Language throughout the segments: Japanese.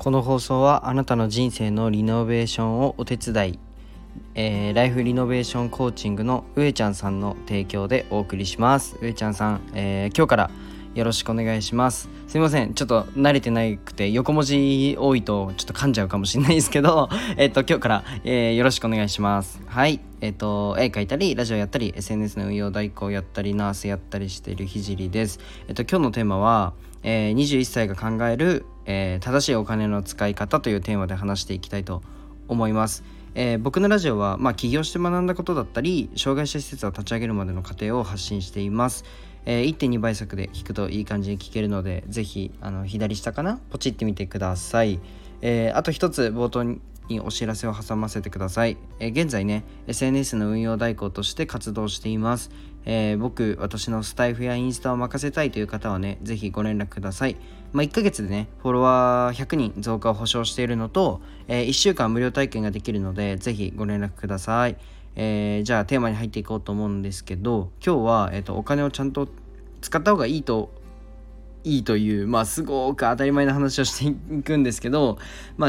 この放送はあなたの人生のリノベーションをお手伝い、ライフリノベーションコーチングの上ちゃんさんの提供でお送りします。上ちゃんさん、今日からよろしくお願いします。すいません、ちょっと慣れてなくて横文字多いとちょっと噛んじゃうかもしれないですけど今日から、よろしくお願いします。はい、絵描いたりラジオやったり SNS の運用代行やったりナースやったりしているひじりです。今日のテーマは、21歳が考える、正しいお金の使い方というテーマで話していきたいと思います。僕のラジオは、起業して学んだことだったり障害者施設を立ち上げるまでの過程を発信しています。1.2 倍速で聞くといい感じに聞けるので、ぜひ左下かなポチってみてください。あと一つ冒頭にお知らせを挟ませてください。現在ね SNS の運用代行として活動しています。私のスタイフやインスタを任せたいという方はね、ぜひご連絡ください。1ヶ月でねフォロワー100人増加を保証しているのと、1週間無料体験ができるので、ぜひご連絡ください。じゃあテーマに入っていこうと思うんですけど、今日は、お金をちゃんと使った方がいいというすごく当たり前の話をしていくんですけど、お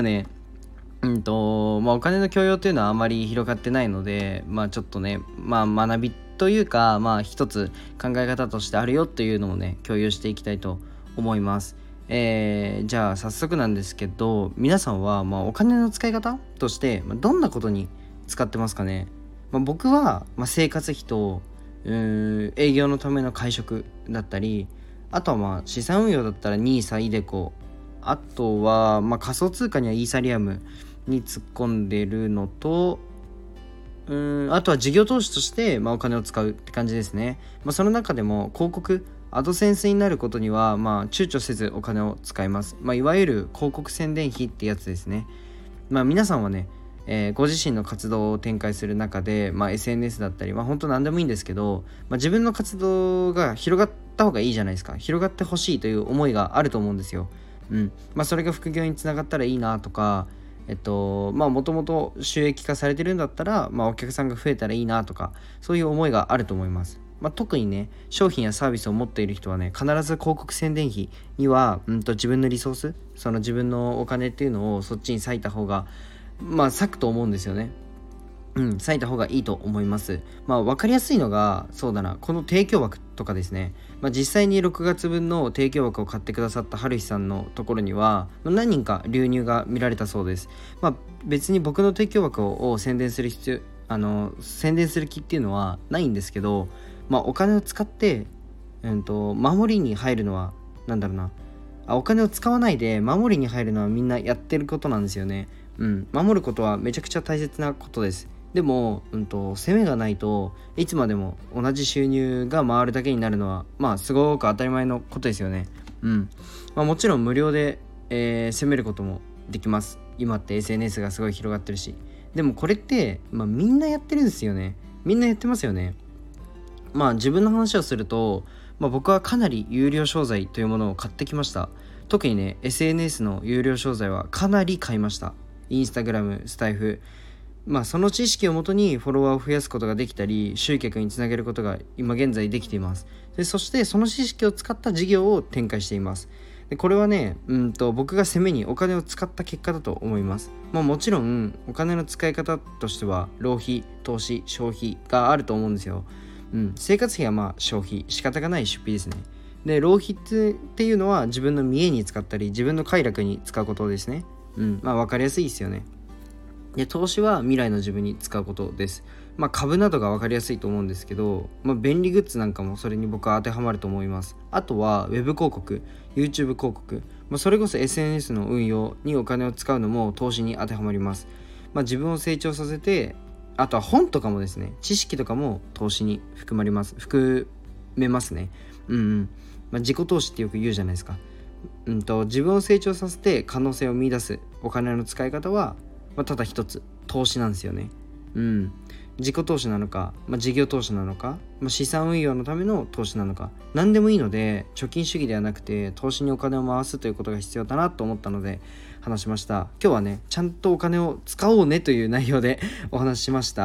金の教養というのはあまり広がってないので、ちょっとね学びというか一つ考え方としてあるよというのをね共有していきたいと思います。じゃあ早速なんですけど、皆さんはお金の使い方としてどんなことに使ってますかね。僕は生活費と営業のための会食だったり、あとは資産運用だったらNISA、iDeCo、あとは仮想通貨にはイーサリアムに突っ込んでるのと、あとは事業投資としてお金を使うって感じですね。その中でも広告アドセンスになることには躊躇せずお金を使います。いわゆる広告宣伝費ってやつですね。皆さんはね、ご自身の活動を展開する中で、SNS だったり本当何でもいいんですけど、自分の活動が広がった方がいいじゃないですか。広がってほしいという思いがあると思うんですよ。それが副業につながったらいいなとか、もともと収益化されてるんだったら、お客さんが増えたらいいなとか、そういう思いがあると思います。特にね商品やサービスを持っている人はね、必ず広告宣伝費には自分のリソース、その自分のお金っていうのをそっちに割いた方が割くと思うんですよね。割いた方がいいと思います。分かりやすいのがこの提供枠とかですね。実際に6月分の提供枠を買ってくださった春日さんのところには何人か流入が見られたそうです。別に僕の提供枠を宣伝する宣伝する気っていうのはないんですけど、お金を使って、守りに入るのはお金を使わないで守りに入るのはみんなやってることなんですよね。守ることはめちゃくちゃ大切なことです。でも、攻めがないといつまでも同じ収入が回るだけになるのはすごく当たり前のことですよね。もちろん無料で、攻めることもできます。今って SNS がすごい広がってるし。でもこれって、みんなやってるんですよね。みんなやってますよね。自分の話をすると、僕はかなり有料商材というものを買ってきました。特にね SNS の有料商材はかなり買いました。インスタグラム、スタイフ、その知識をもとにフォロワーを増やすことができたり、集客につなげることが今現在できています。そしてその知識を使った事業を展開しています。でこれはね僕が攻めにお金を使った結果だと思います。もちろんお金の使い方としては浪費、投資、消費があると思うんですよ。生活費は消費、仕方がない出費ですね。で浪費っていうのは自分の見栄に使ったり自分の快楽に使うことですね。分かりやすいですよね。で投資は未来の自分に使うことです。株などが分かりやすいと思うんですけど、便利グッズなんかもそれに僕は当てはまると思います。あとはウェブ広告、 YouTube 広告、それこそ SNS の運用にお金を使うのも投資に当てはまります。自分を成長させて、あとは本とかもですね、知識とかも投資に含めますね。自己投資ってよく言うじゃないですか。自分を成長させて可能性を見出すお金の使い方は、ただ一つ投資なんですよね。自己投資なのか、事業投資なのか、資産運用のための投資なのか、何でもいいので貯金主義ではなくて投資にお金を回すということが必要だなと思ったので話しました。今日はねちゃんとお金を使おうねという内容でお話ししました。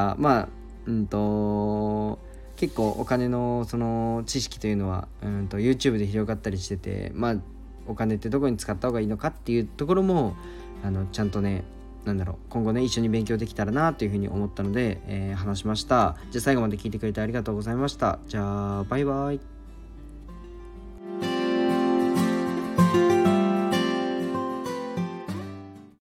結構お金のその知識というのはYouTube で広がったりしてて、お金ってどこに使った方がいいのかっていうところもちゃんとね今後ね一緒に勉強できたらなというふうに思ったので、話しました。じゃあ最後まで聞いてくれてありがとうございました。じゃあバイバイ。